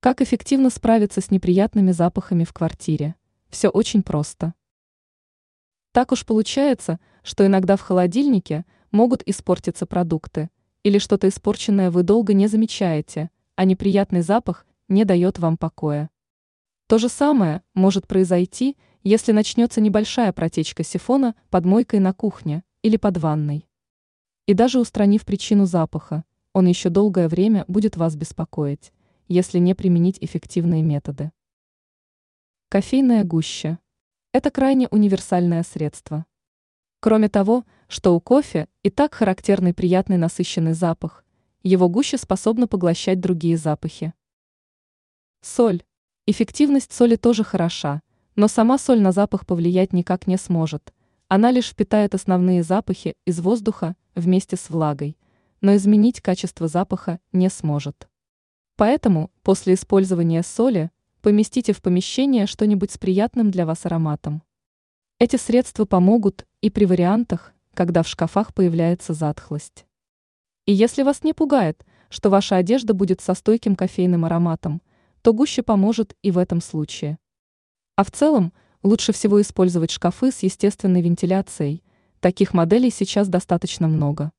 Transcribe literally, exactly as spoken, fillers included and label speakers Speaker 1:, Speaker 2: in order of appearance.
Speaker 1: Как эффективно справиться с неприятными запахами в квартире? Все очень просто. Так уж получается, что иногда в холодильнике могут испортиться продукты, или что-то испорченное вы долго не замечаете, а неприятный запах не дает вам покоя. То же самое может произойти, если начнется небольшая протечка сифона под мойкой на кухне или под ванной. И даже устранив причину запаха, он еще долгое время будет вас беспокоить, если не применить эффективные методы. Кофейная гуща. Это крайне универсальное средство. Кроме того, что у кофе и так характерный приятный насыщенный запах, его гуща способна поглощать другие запахи. Соль. Эффективность соли тоже хороша, но сама соль на запах повлиять никак не сможет. Она лишь впитает основные запахи из воздуха вместе с влагой, но изменить качество запаха не сможет. Поэтому после использования соли поместите в помещение что-нибудь с приятным для вас ароматом. Эти средства помогут и при вариантах, когда в шкафах появляется затхлость. И если вас не пугает, что ваша одежда будет со стойким кофейным ароматом, то гуща поможет и в этом случае. А в целом, лучше всего использовать шкафы с естественной вентиляцией, таких моделей сейчас достаточно много.